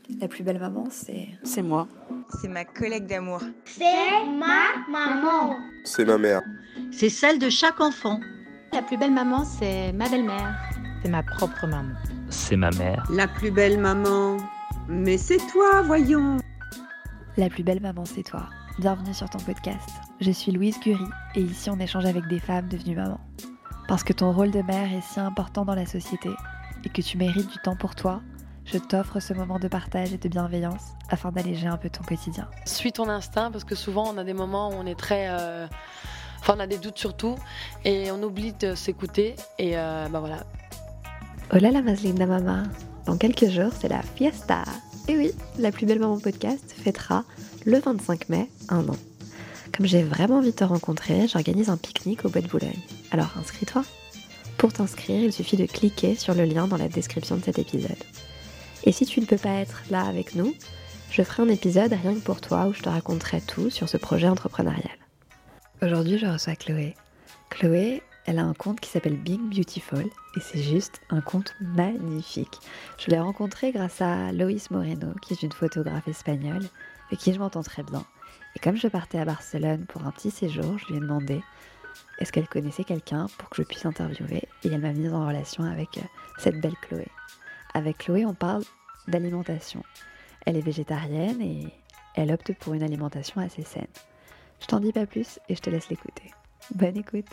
La plus belle maman, c'est... C'est moi. C'est ma collègue d'amour. C'est ma maman. C'est ma mère. C'est celle de chaque enfant. La plus belle maman, c'est ma belle-mère. C'est ma propre maman. C'est ma mère. La plus belle maman. Mais c'est toi, voyons. La plus belle maman, c'est toi. Bienvenue sur ton podcast. Je suis Louise Curie et ici on échange avec des femmes devenues mamans. Parce que ton rôle de mère est si important dans la société et que tu mérites du temps pour toi, je t'offre ce moment de partage et de bienveillance afin d'alléger un peu ton quotidien. Suis ton instinct parce que souvent on a des moments où on est très... on a des doutes sur tout et on oublie de s'écouter et voilà. Hola la más linda mamá. Dans quelques jours, c'est la fiesta. Et oui, la plus belle maman podcast fêtera le 25 mai un an. Comme j'ai vraiment envie de te rencontrer, j'organise un pique-nique au Bois de Boulogne. Alors inscris-toi. Pour t'inscrire, il suffit de cliquer sur le lien dans la description de cet épisode. Et si tu ne peux pas être là avec nous, je ferai un épisode rien que pour toi où je te raconterai tout sur ce projet entrepreneurial. Aujourd'hui, je reçois Chloé. Chloé, elle a un compte qui s'appelle Being Beautiful et c'est juste un compte magnifique. Je l'ai rencontrée grâce à Loïs Moreno, qui est une photographe espagnole avec qui je m'entends très bien. Et comme je partais à Barcelone pour un petit séjour, je lui ai demandé est-ce qu'elle connaissait quelqu'un pour que je puisse interviewer et elle m'a mise en relation avec cette belle Chloé. Avec Chloé, on parle d'alimentation. Elle est végétarienne et elle opte pour une alimentation assez saine. Je t'en dis pas plus et je te laisse l'écouter. Bonne écoute.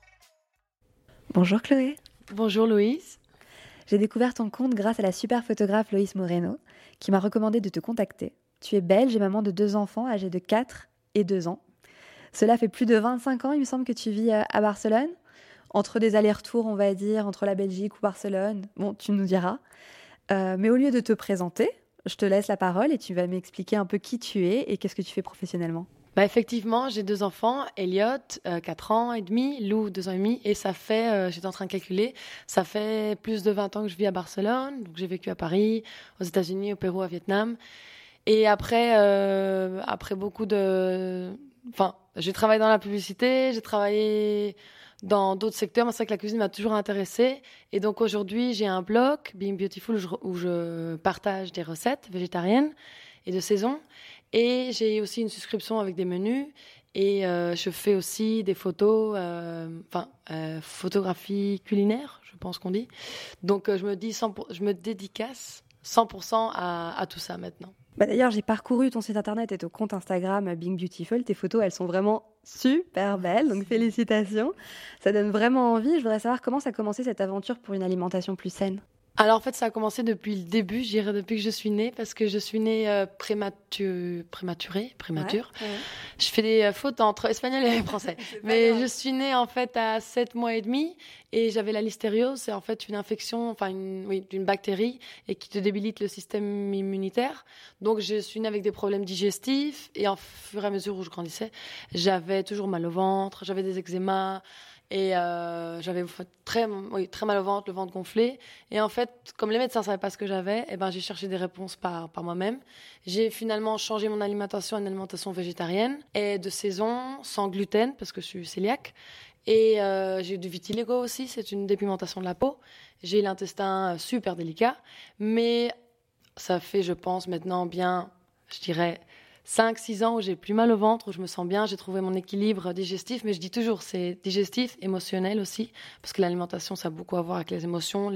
Bonjour Chloé. Bonjour Louise. J'ai découvert ton compte grâce à la super photographe Loïs Moreno qui m'a recommandé de te contacter. Tu es belge et maman de 2 enfants âgés de 4 et 2 ans. Cela fait plus de 25 ans, il me semble, que tu vis à Barcelone. Entre des allers-retours, on va dire, entre la Belgique ou Barcelone. Bon, tu nous diras. Mais au lieu de te présenter, je te laisse la parole et tu vas m'expliquer un peu qui tu es et qu'est-ce que tu fais professionnellement. Effectivement, j'ai 2 enfants, Elliot, 4 ans et demi, Lou, 2 ans et demi, et ça fait, j'étais en train de calculer, ça fait plus de 20 ans que je vis à Barcelone, donc j'ai vécu à Paris, aux États-Unis, au Pérou, au Vietnam, et après beaucoup de... j'ai travaillé dans la publicité, j'ai travaillé dans d'autres secteurs, mais c'est vrai que la cuisine m'a toujours intéressée, et donc aujourd'hui, j'ai un blog, Being Beautiful, où je partage des recettes végétariennes et de saison. Et j'ai aussi une souscription avec des menus et je fais aussi des photos, photographie culinaire, je pense qu'on dit. Donc je me dédicace 100% à tout ça maintenant. D'ailleurs, j'ai parcouru ton site internet et ton compte Instagram Being Beautiful. Tes photos, elles sont vraiment super belles, donc félicitations. Ça donne vraiment envie. Je voudrais savoir comment ça a commencé cette aventure pour une alimentation plus saine. Alors en fait, ça a commencé depuis le début, je dirais depuis que je suis née, parce que je suis née prématurée. Ouais. Je fais des fautes entre espagnol et français. Mais je suis née en fait à 7 mois et demi et j'avais la listériose, c'est en fait une infection, d'une bactérie et qui te débilite le système immunitaire. Donc je suis née avec des problèmes digestifs et au fur et à mesure où je grandissais, j'avais toujours mal au ventre, j'avais des eczémas. Et j'avais très mal au ventre, le ventre gonflé. Et en fait, comme les médecins ne savaient pas ce que j'avais, j'ai cherché des réponses par moi-même. J'ai finalement changé mon alimentation à une alimentation végétarienne et de saison, sans gluten, parce que je suis cœliaque. Et j'ai eu du vitiligo aussi, c'est une dépigmentation de la peau. J'ai l'intestin super délicat. Mais ça fait, je pense, maintenant bien, je dirais... 5-6 ans où j'ai plus mal au ventre, où je me sens bien, j'ai trouvé mon équilibre digestif, mais je dis toujours, c'est digestif, émotionnel aussi, parce que l'alimentation, ça a beaucoup à voir avec les émotions,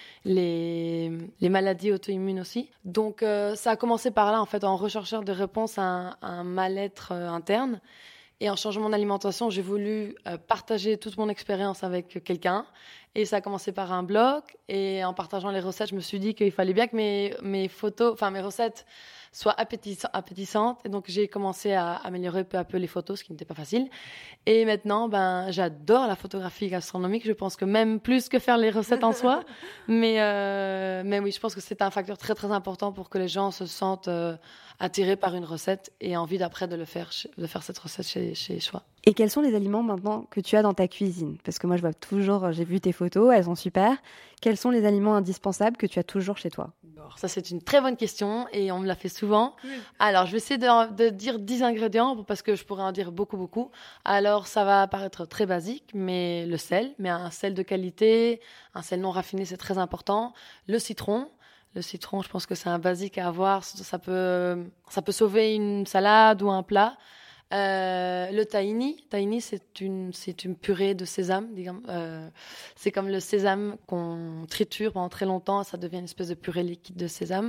les maladies auto-immunes aussi. Donc ça a commencé par là, en fait, en recherchant des réponses à un mal-être interne. Et en changeant mon alimentation, j'ai voulu partager toute mon expérience avec quelqu'un. Et ça a commencé par un blog. Et en partageant les recettes, je me suis dit qu'il fallait bien que mes recettes soient appétissantes. Et donc, j'ai commencé à améliorer peu à peu les photos, ce qui n'était pas facile. Et maintenant, j'adore la photographie gastronomique. Je pense que même plus que faire les recettes en soi. Mais oui, je pense que c'est un facteur très, très important pour que les gens se sentent attirés par une recette et envie d'après de faire cette recette chez soi. Et quels sont les aliments maintenant que tu as dans ta cuisine ? Parce que moi, je vois toujours, j'ai vu tes photos, elles sont super. Quels sont les aliments indispensables que tu as toujours chez toi ? Ça, c'est une très bonne question et on me la fait souvent. Oui. Alors, je vais essayer de dire 10 ingrédients parce que je pourrais en dire beaucoup, beaucoup. Alors, ça va paraître très basique, mais le sel, mais un sel de qualité, un sel non raffiné, c'est très important. Le citron, Le citron, je pense que c'est un basique à avoir. Ça peut sauver une salade ou un plat. Le tahini, c'est une purée de sésame. C'est comme le sésame qu'on triture pendant très longtemps. Ça devient une espèce de purée liquide de sésame.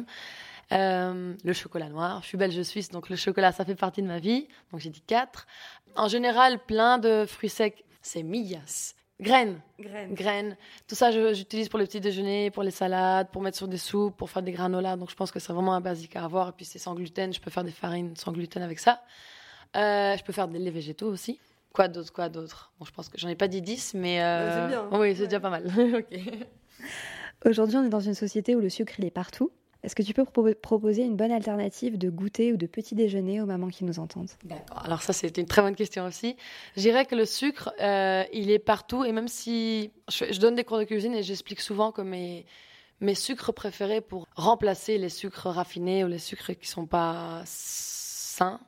Le chocolat noir. Je suis belge suisse, donc le chocolat, ça fait partie de ma vie. Donc j'ai dit 4. En général, plein de fruits secs, c'est millas. Graines. Tout ça, j'utilise pour le petit déjeuner, pour les salades, pour mettre sur des soupes, pour faire des granolas. Donc je pense que c'est vraiment un basique à avoir. Et puis c'est sans gluten. Je peux faire des farines sans gluten avec ça. Je peux faire des laits végétaux aussi. Quoi d'autre Bon, je pense que j'en ai pas dit 10, mais... C'est bien. Oui, c'est déjà pas mal. Okay. Aujourd'hui, on est dans une société où le sucre, il est partout. Est-ce que tu peux proposer une bonne alternative de goûter ou de petit déjeuner aux mamans qui nous entendent ? D'accord. Alors ça, c'est une très bonne question aussi. Je dirais que le sucre, il est partout. Et même si je donne des cours de cuisine et j'explique souvent que mes sucres préférés pour remplacer les sucres raffinés ou les sucres qui ne sont pas sains,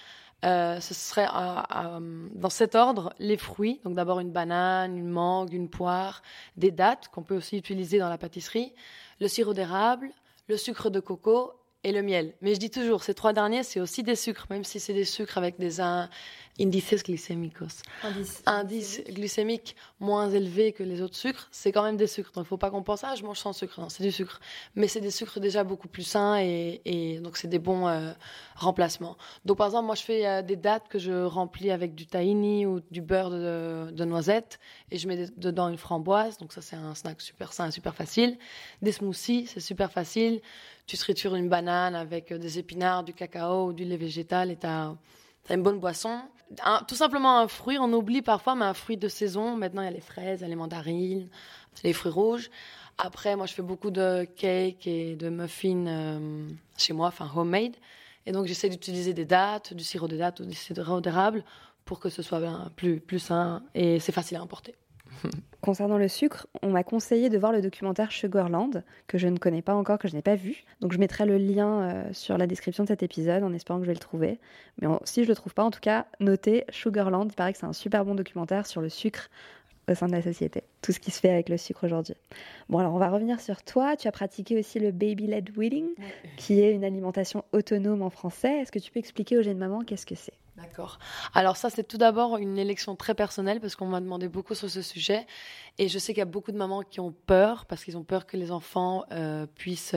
ce serait dans cet ordre les fruits. Donc d'abord une banane, une mangue, une poire, des dattes qu'on peut aussi utiliser dans la pâtisserie, le sirop d'érable, le sucre de coco et le miel. Mais je dis toujours, ces 3 derniers, c'est aussi des sucres, même si c'est des sucres avec des indices glycémicos. Indice glycémique moins élevé que les autres sucres, c'est quand même des sucres. Donc il ne faut pas qu'on pense, je mange sans sucre. Non, c'est du sucre. Mais c'est des sucres déjà beaucoup plus sains et donc c'est des bons remplacements. Donc par exemple, moi je fais des dattes que je remplis avec du tahini ou du beurre de noisette et je mets dedans une framboise. Donc ça, c'est un snack super sain et super facile. Des smoothies, c'est super facile. Tu tritures une banane avec des épinards, du cacao ou du lait végétal et t'as une bonne boisson. Tout simplement un fruit, on oublie parfois, mais un fruit de saison. Maintenant, il y a les fraises, il y a les mandarines, les fruits rouges. Après, moi, je fais beaucoup de cakes et de muffins chez moi, enfin homemade. Et donc, j'essaie d'utiliser des dattes, du sirop de dattes ou du sirop d'érable pour que ce soit bien plus sain et c'est facile à emporter. Concernant le sucre, on m'a conseillé de voir le documentaire Sugarland, que je ne connais pas encore, que je n'ai pas vu. Donc je mettrai le lien sur la description de cet épisode en espérant que je vais le trouver. Mais si je le trouve pas, en tout cas, notez Sugarland. Il paraît que c'est un super bon documentaire sur le sucre au sein de la société. Tout ce qui se fait avec le sucre aujourd'hui. Bon, alors on va revenir sur toi. Tu as pratiqué aussi le baby-led weaning, qui est une alimentation autonome en français. Est-ce que tu peux expliquer aux jeunes mamans qu'est-ce que c'est ? D'accord. Alors ça, c'est tout d'abord une élection très personnelle parce qu'on m'a demandé beaucoup sur ce sujet. Et je sais qu'il y a beaucoup de mamans qui ont peur parce qu'ils ont peur que les enfants puissent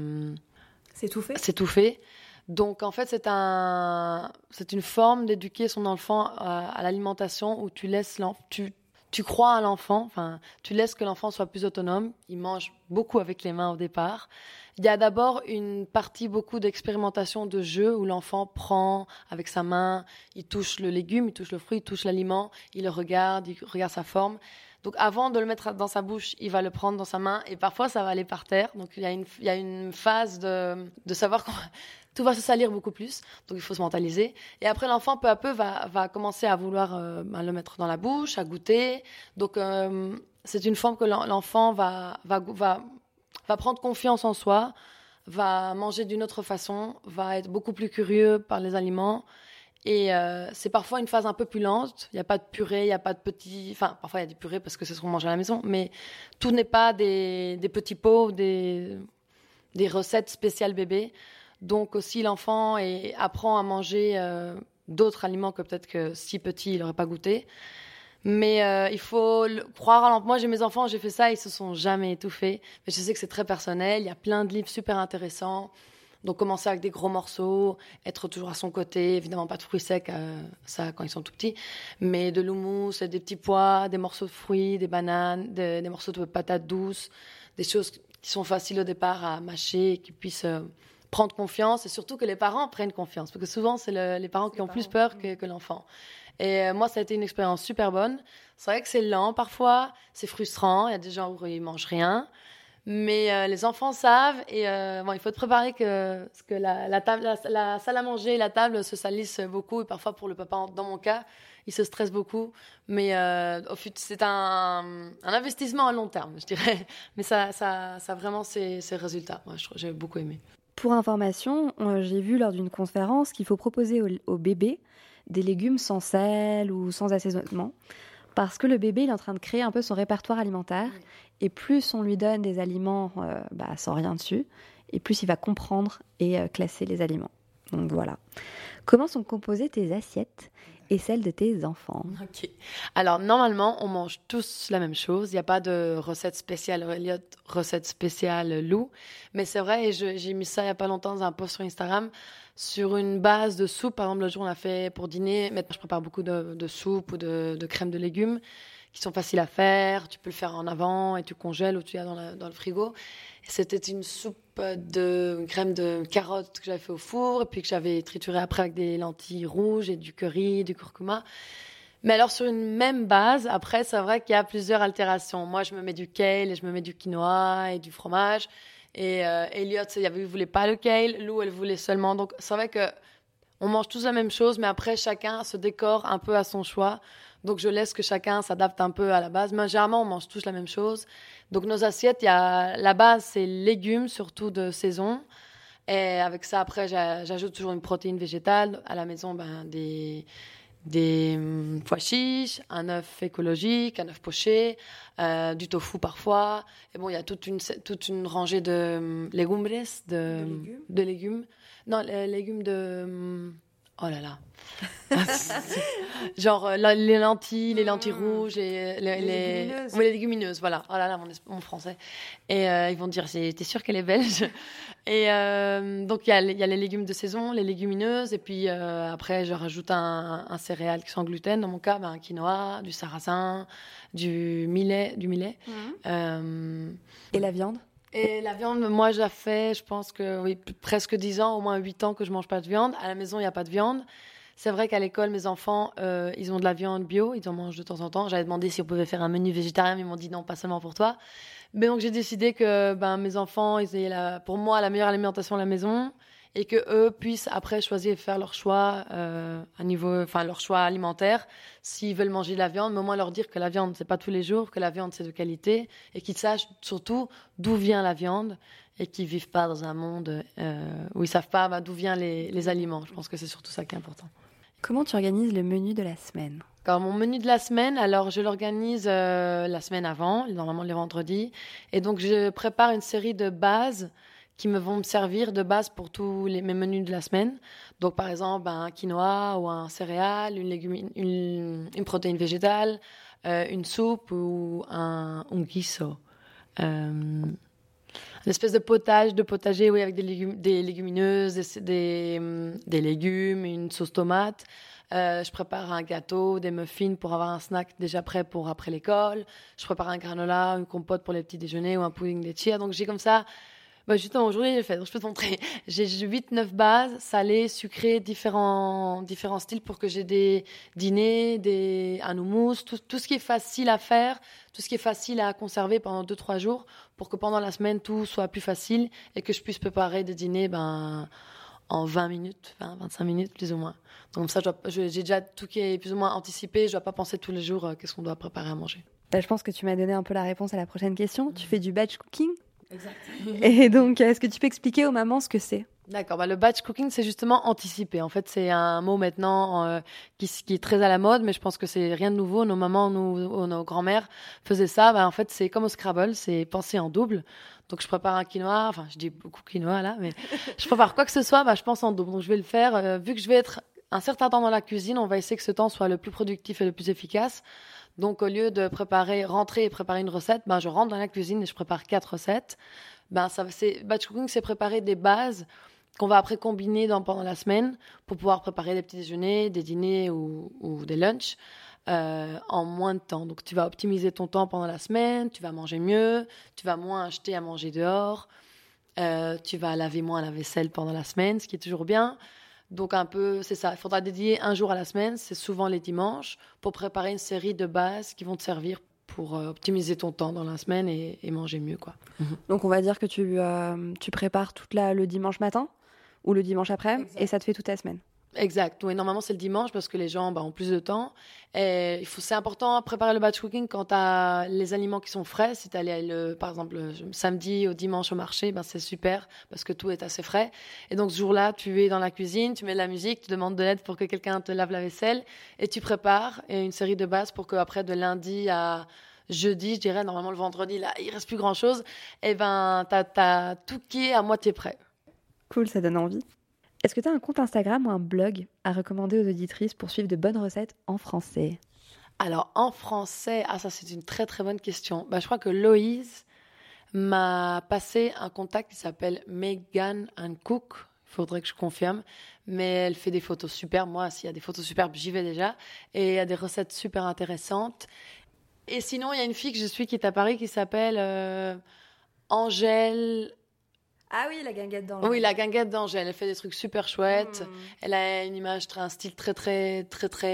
s'étouffer. Donc en fait, c'est une forme d'éduquer son enfant à l'alimentation où tu laisses tu crois à l'enfant, enfin, tu laisses que l'enfant soit plus autonome. Il mange beaucoup avec les mains au départ. Il y a d'abord une partie beaucoup d'expérimentation de jeu où l'enfant prend avec sa main, il touche le légume, il touche le fruit, il touche l'aliment, il regarde sa forme. Donc avant de le mettre dans sa bouche, il va le prendre dans sa main et parfois ça va aller par terre. Donc il y a une phase de savoir tout va se salir beaucoup plus, donc il faut se mentaliser. Et après, l'enfant, peu à peu, va commencer à vouloir le mettre dans la bouche, à goûter. Donc, c'est une forme que l'enfant va prendre confiance en soi, va manger d'une autre façon, va être beaucoup plus curieux par les aliments. Et c'est parfois une phase un peu plus lente. Il n'y a pas de purée, il n'y a pas de petits... Enfin, parfois, il y a des purées parce que c'est ce qu'on mange à la maison. Mais tout n'est pas des petits pots, des recettes spéciales bébés. Donc aussi l'enfant apprend à manger d'autres aliments que peut-être que si petit il n'aurait pas goûté. Mais il faut croire à l'enfant. Moi j'ai mes enfants, j'ai fait ça, ils se sont jamais étouffés. Mais je sais que c'est très personnel, il y a plein de livres super intéressants. Donc commencer avec des gros morceaux, être toujours à son côté, évidemment pas de fruits secs, ça quand ils sont tout petits, mais de l'houmous, des petits pois, des morceaux de fruits, des bananes, des morceaux de patates douces, des choses qui sont faciles au départ à mâcher et qui puissent... prendre confiance et surtout que les parents prennent confiance parce que souvent c'est les parents qui ont plus peur que l'enfant. Et moi ça a été une expérience super bonne. C'est vrai que c'est lent parfois, c'est frustrant, il y a des gens où ils mangent rien, mais les enfants savent et il faut te préparer que la salle à manger et la table se salissent beaucoup et parfois pour le papa dans mon cas il se stresse beaucoup, mais c'est un investissement à long terme je dirais, mais ça a vraiment ses résultats. Moi j'ai beaucoup aimé. Pour information, j'ai vu lors d'une conférence qu'il faut proposer au bébé des légumes sans sel ou sans assaisonnement parce que le bébé il est en train de créer un peu son répertoire alimentaire et plus on lui donne des aliments sans rien dessus et plus il va comprendre et classer les aliments. Donc voilà. Comment sont composées tes assiettes et celles de tes enfants? Ok. Alors, normalement, on mange tous la même chose. Il n'y a pas de recette spéciale Elliot, recette spéciale Lou. Mais c'est vrai, et j'ai mis ça il n'y a pas longtemps dans un post sur Instagram, sur une base de soupe. Par exemple, le jour, on a fait pour dîner. Maintenant, je prépare beaucoup de soupe ou de crème de légumes qui sont faciles à faire. Tu peux le faire en avant et tu congèles ou tu as dans le frigo. Et c'était une soupe de crème de carottes que j'avais fait au four et puis que j'avais trituré après avec des lentilles rouges et du curry, du curcuma. Mais alors, sur une même base, après, c'est vrai qu'il y a plusieurs altérations. Moi, je me mets du kale et je me mets du quinoa et du fromage. Et Elliot, il voulait pas le kale. Lou, elle voulait seulement. Donc, c'est vrai que on mange tous la même chose, mais après, chacun se décore un peu à son choix. Donc, je laisse que chacun s'adapte un peu à la base. Mais généralement, on mange tous la même chose. Donc, nos assiettes, la base, c'est légumes, surtout de saison. Et avec ça, après, j'ajoute toujours une protéine végétale. À la maison, des pois chiches, un œuf écologique, un œuf poché, du tofu parfois. Et bon, il y a toute une rangée de légumes, de légumes. Non, les légumes de... Oh là là. Genre les lentilles rouges, les légumineuses. Oui, les légumineuses, voilà. Oh là là, mon français. Et ils vont dire, t'es sûre qu'elle est belge? Et donc, il y a les légumes de saison, les légumineuses. Et puis après, je rajoute un céréale qui sans gluten. Dans mon cas, un quinoa, du sarrasin, du millet. Et la viande? Et la viande, moi, j'ai fait, je pense que oui, presque 10 ans, au moins 8 ans que je mange pas de viande. À la maison, il n'y a pas de viande. C'est vrai qu'à l'école, mes enfants, ils ont de la viande bio, ils en mangent de temps en temps. J'avais demandé si on pouvait faire un menu végétarien, mais ils m'ont dit non, pas seulement pour toi. Mais donc, j'ai décidé que mes enfants, ils aient pour moi la meilleure alimentation à la maison et que eux puissent après choisir et faire leur choix leur choix alimentaire s'ils veulent manger de la viande, mais au moins leur dire que la viande c'est pas tous les jours, que la viande c'est de qualité et qu'ils sachent surtout d'où vient la viande et qu'ils vivent pas dans un monde où ils savent pas d'où viennent les aliments. Je pense que c'est surtout ça qui est important. Comment tu organises le menu de la semaine? Alors, mon menu de la semaine, alors je l'organise la semaine avant, normalement les vendredis, et donc je prépare une série de bases qui vont me servir de base pour tous mes menus de la semaine. Donc, par exemple, un quinoa ou un céréal, une protéine végétale, une soupe ou un guiso. Une espèce de potager, oui, avec des légumineuses, des légumes, une sauce tomate. Je prépare un gâteau, des muffins pour avoir un snack déjà prêt pour après l'école. Je prépare un granola, une compote pour les petits déjeuners ou un pudding de chia. Donc, j'ai comme ça... justement, aujourd'hui, j'ai fait. Donc, je peux te montrer. J'ai 8-9 bases, salées, sucrées, différents styles pour que j'ai des dîners, un houmous, tout ce qui est facile à faire, tout ce qui est facile à conserver pendant 2-3 jours pour que pendant la semaine, tout soit plus facile et que je puisse préparer des dîners en 20 minutes, 25 minutes, plus ou moins. Donc, comme ça, j'ai déjà tout qui est plus ou moins anticipé. Je ne dois pas penser tous les jours qu'est-ce qu'on doit préparer à manger. Je pense que tu m'as donné un peu la réponse à la prochaine question. Tu fais du batch cooking? Exact. Et donc, est-ce que tu peux expliquer aux mamans ce que c'est? D'accord, le batch cooking, c'est justement anticiper. En fait, c'est un mot maintenant qui est très à la mode, mais je pense que c'est rien de nouveau. Nos mamans, nos grands-mères faisaient ça. En fait, c'est comme au Scrabble, c'est penser en double. Donc, je prépare un quinoa, enfin, je dis beaucoup quinoa là, mais je prépare quoi que ce soit, je pense en double. Donc, je vais le faire. Vu que je vais être un certain temps dans la cuisine, on va essayer que ce temps soit le plus productif et le plus efficace. Donc, au lieu de rentrer et préparer une recette, je rentre dans la cuisine et je prépare 4 recettes. Batch cooking, c'est préparer des bases qu'on va après combiner pendant la semaine pour pouvoir préparer des petits déjeuners, des dîners ou des lunchs en moins de temps. Donc, tu vas optimiser ton temps pendant la semaine, tu vas manger mieux, tu vas moins acheter à manger dehors, tu vas laver moins la vaisselle pendant la semaine, ce qui est toujours bien. Donc, un peu, c'est ça. Il faudra dédier un jour à la semaine, c'est souvent les dimanches, pour préparer une série de bases qui vont te servir pour optimiser ton temps dans la semaine et manger mieux, quoi. Donc, on va dire que tu prépares le dimanche matin ou le dimanche après, et ça te fait toute la semaine. Exact. Oui, normalement, c'est le dimanche parce que les gens ont plus de temps. Et c'est important de préparer le batch cooking quand tu as les aliments qui sont frais. Si tu allé, par exemple, samedi au dimanche au marché, c'est super parce que tout est assez frais. Et donc, ce jour-là, tu es dans la cuisine, tu mets de la musique, tu demandes de l'aide pour que quelqu'un te lave la vaisselle et tu prépares une série de bases pour qu'après, de lundi à jeudi, je dirais, normalement le vendredi, là, il reste plus grand-chose, et ben, t'as tout qui est à moitié prêt. Cool, ça donne envie. Est-ce que tu as un compte Instagram ou un blog à recommander aux auditrices pour suivre de bonnes recettes en français ? Alors, en français, ça c'est une très très bonne question. Je crois que Loïse m'a passé un contact qui s'appelle Megan & Cook. Il faudrait que je confirme. Mais elle fait des photos superbes. Moi, s'il y a des photos superbes, j'y vais déjà. Et il y a des recettes super intéressantes. Et sinon, il y a une fille que je suis qui est à Paris qui s'appelle Angèle... Ah oui, la guinguette d'Angèle. Oui, la guinguette d'Angèle. Elle fait des trucs super chouettes. Elle a une image, un style très clean,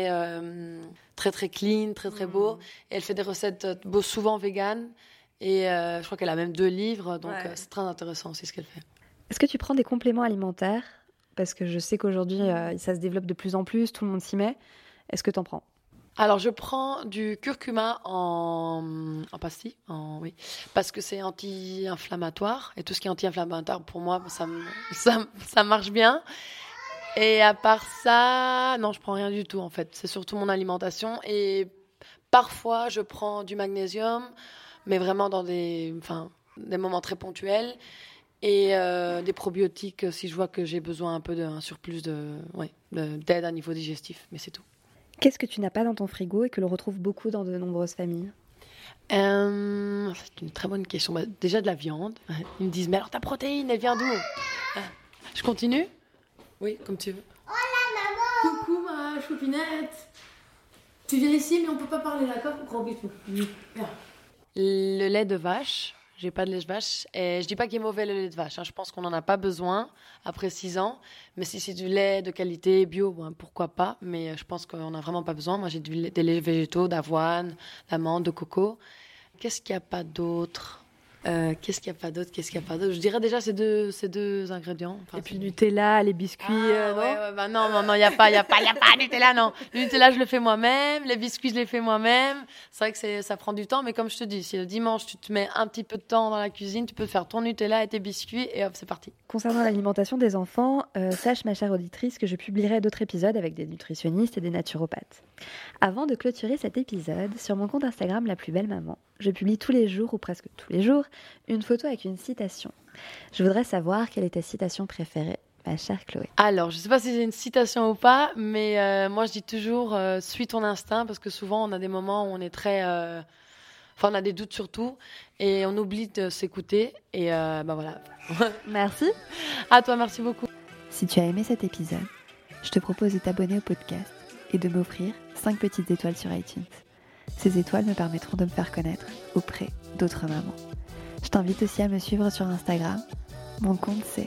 très beau. Et elle fait des recettes souvent véganes. Et je crois qu'elle a même 2 livres. Donc, c'est très intéressant aussi ce qu'elle fait. Est-ce que tu prends des compléments alimentaires ? Parce que je sais qu'aujourd'hui, ça se développe de plus en plus. Tout le monde s'y met. Est-ce que tu en prends ? Alors, je prends du curcuma en pastille, oui, parce que c'est anti-inflammatoire. Et tout ce qui est anti-inflammatoire, pour moi, ça marche bien. Et à part ça, non, je prends rien du tout, en fait. C'est surtout mon alimentation. Et parfois, je prends du magnésium, mais vraiment dans des moments très ponctuels. Et des probiotiques, si je vois que j'ai besoin un peu d'un surplus d'aide à niveau digestif. Mais c'est tout. Qu'est-ce que tu n'as pas dans ton frigo et que l'on retrouve beaucoup dans de nombreuses familles ? C'est une très bonne question. Déjà de la viande. Ils me disent, mais alors ta protéine, elle vient d'où ? Je continue ? Oui, comme tu veux. Hola, maman. Coucou ma choupinette. Tu viens ici, mais on peut pas parler, d'accord ? Gros bisous. Le lait de vache. J'ai pas de lait de vache. Et je dis pas qu'il est mauvais le lait de vache. Je pense qu'on en a pas besoin après 6 ans. Mais si c'est du lait de qualité bio, pourquoi pas. Mais je pense qu'on a vraiment pas besoin. Moi, j'ai des laits végétaux, d'avoine, d'amande, de coco. Qu'est-ce qu'il y a pas d'autre ? Je dirais déjà ces deux ingrédients. Et puis Nutella, les biscuits, non, il y a pas Nutella, non. Le Nutella, je le fais moi-même, les biscuits, je les fais moi-même. C'est vrai que ça prend du temps, mais comme je te dis, si le dimanche, tu te mets un petit peu de temps dans la cuisine, tu peux faire ton Nutella et tes biscuits, et hop, c'est parti. Concernant l'alimentation des enfants, sache, ma chère auditrice, que je publierai d'autres épisodes avec des nutritionnistes et des naturopathes. Avant de clôturer cet épisode, sur mon compte Instagram La Plus Belle Maman, je publie tous les jours, ou presque tous les jours, une photo avec une citation. Je voudrais savoir quelle est ta citation préférée, ma chère Chloé. Alors, je ne sais pas si c'est une citation ou pas, mais moi je dis toujours suis ton instinct, parce que souvent on a des moments où on est très... on a des doutes sur tout, et on oublie de s'écouter, et voilà. Merci. À toi, merci beaucoup. Si tu as aimé cet épisode, je te propose de t'abonner au podcast et de m'offrir 5 petites étoiles sur iTunes. Ces étoiles me permettront de me faire connaître auprès d'autres mamans. Je t'invite aussi à me suivre sur Instagram. Mon compte c'est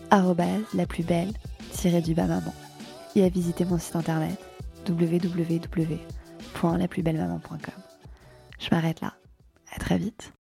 @laplusbelle_maman et à visiter mon site internet www.laplusbellemaman.com. Je m'arrête là. À très vite.